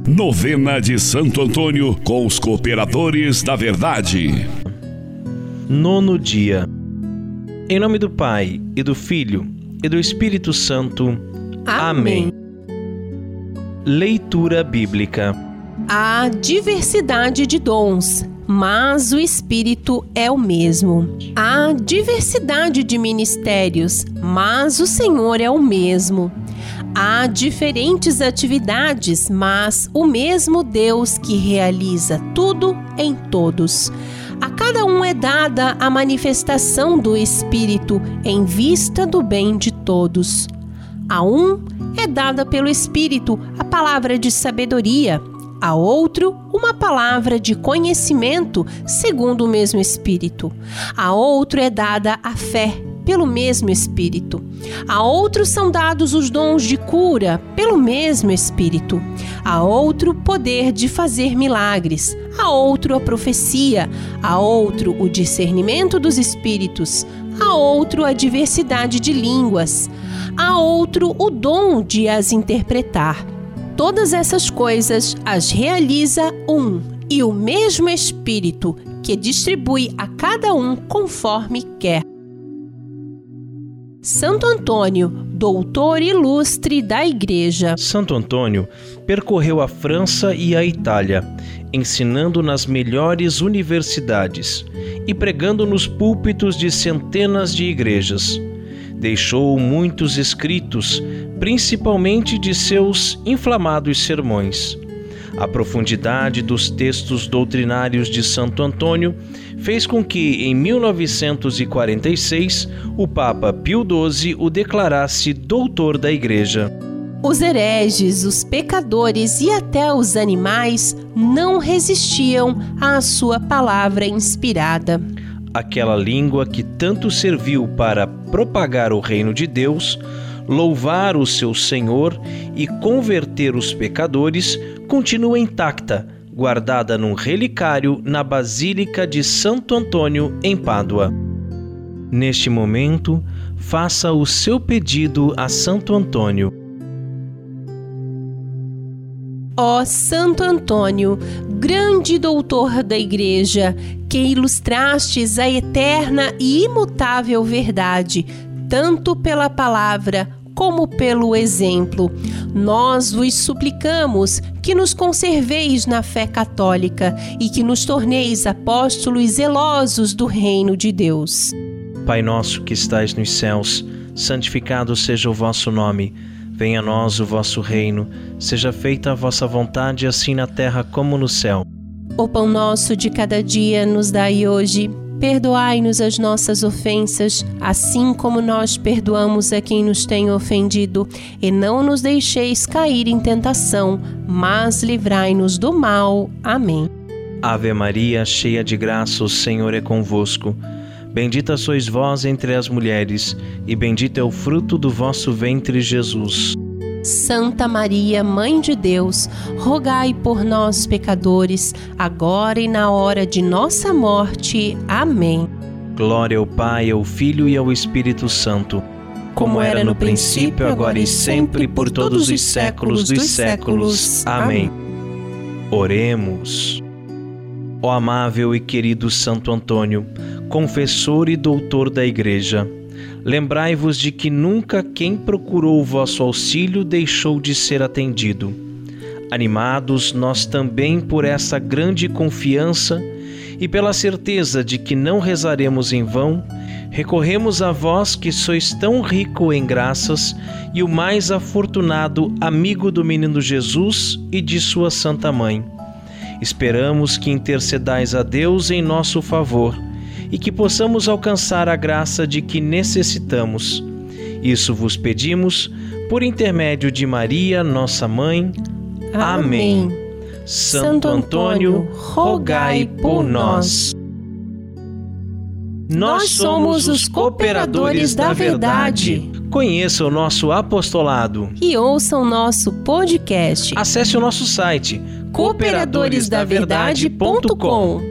Novena de Santo Antônio com os Cooperadores da Verdade. 9º dia. Em nome do Pai, e do Filho, e do Espírito Santo. Amém. Leitura bíblica. Há diversidade de dons, mas o Espírito é o mesmo. Há diversidade de ministérios, mas o Senhor é o mesmo. Há diferentes atividades, mas o mesmo Deus que realiza tudo em todos. A cada um é dada a manifestação do Espírito em vista do bem de todos. A um é dada pelo Espírito a palavra de sabedoria, a outro uma palavra de conhecimento segundo o mesmo Espírito. A outro é dada a fé pelo mesmo Espírito. A outro são dados os dons de cura pelo mesmo Espírito. A outro poder de fazer milagres. A outro a profecia. A outro o discernimento dos espíritos. A outro a diversidade de línguas. A outro o dom de as interpretar. Todas essas coisas as realiza um e o mesmo Espírito, que distribui a cada um conforme quer. Santo Antônio, doutor ilustre da Igreja. Santo Antônio percorreu a França e a Itália, ensinando nas melhores universidades e pregando nos púlpitos de centenas de igrejas. Deixou muitos escritos, principalmente de seus inflamados sermões. A profundidade dos textos doutrinários de Santo Antônio fez com que, em 1946, o Papa Pio XII o declarasse doutor da Igreja. Os hereges, os pecadores e até os animais não resistiam à sua palavra inspirada. Aquela língua que tanto serviu para propagar o reino de Deus, louvar o seu Senhor e converter os pecadores, continua intacta, guardada num relicário na Basílica de Santo Antônio, em Pádua. Neste momento, faça o seu pedido a Santo Antônio. Ó Santo Antônio, grande doutor da Igreja, que ilustrastes a eterna e imutável verdade, tanto pela palavra como pelo exemplo, nós vos suplicamos que nos conserveis na fé católica e que nos torneis apóstolos zelosos do reino de Deus. Pai nosso que estais nos céus, santificado seja o vosso nome. Venha a nós o vosso reino. Seja feita a vossa vontade, assim na terra como no céu. O pão nosso de cada dia nos dai hoje. Perdoai-nos as nossas ofensas, assim como nós perdoamos a quem nos tem ofendido. E não nos deixeis cair em tentação, mas livrai-nos do mal. Amém. Ave Maria, cheia de graça, o Senhor é convosco. Bendita sois vós entre as mulheres, e bendito é o fruto do vosso ventre, Jesus. Santa Maria, Mãe de Deus, rogai por nós, pecadores, agora e na hora de nossa morte. Amém. Glória ao Pai, ao Filho e ao Espírito Santo, como era no princípio, agora e sempre, por todos os séculos dos séculos. Amém. Oremos. Ó amável e querido Santo Antônio, confessor e doutor da Igreja, lembrai-vos de que nunca quem procurou o vosso auxílio deixou de ser atendido. Animados nós também por essa grande confiança e pela certeza de que não rezaremos em vão, recorremos a vós que sois tão rico em graças e o mais afortunado amigo do menino Jesus e de sua Santa Mãe. Esperamos que intercedais a Deus em nosso favor e que possamos alcançar a graça de que necessitamos. Isso vos pedimos por intermédio de Maria, nossa Mãe. Amém. Santo Antônio, rogai por nós. Nós somos os Cooperadores da Verdade. Conheça o nosso apostolado e ouça o nosso podcast. Acesse o nosso site cooperadoresdaverdade.com.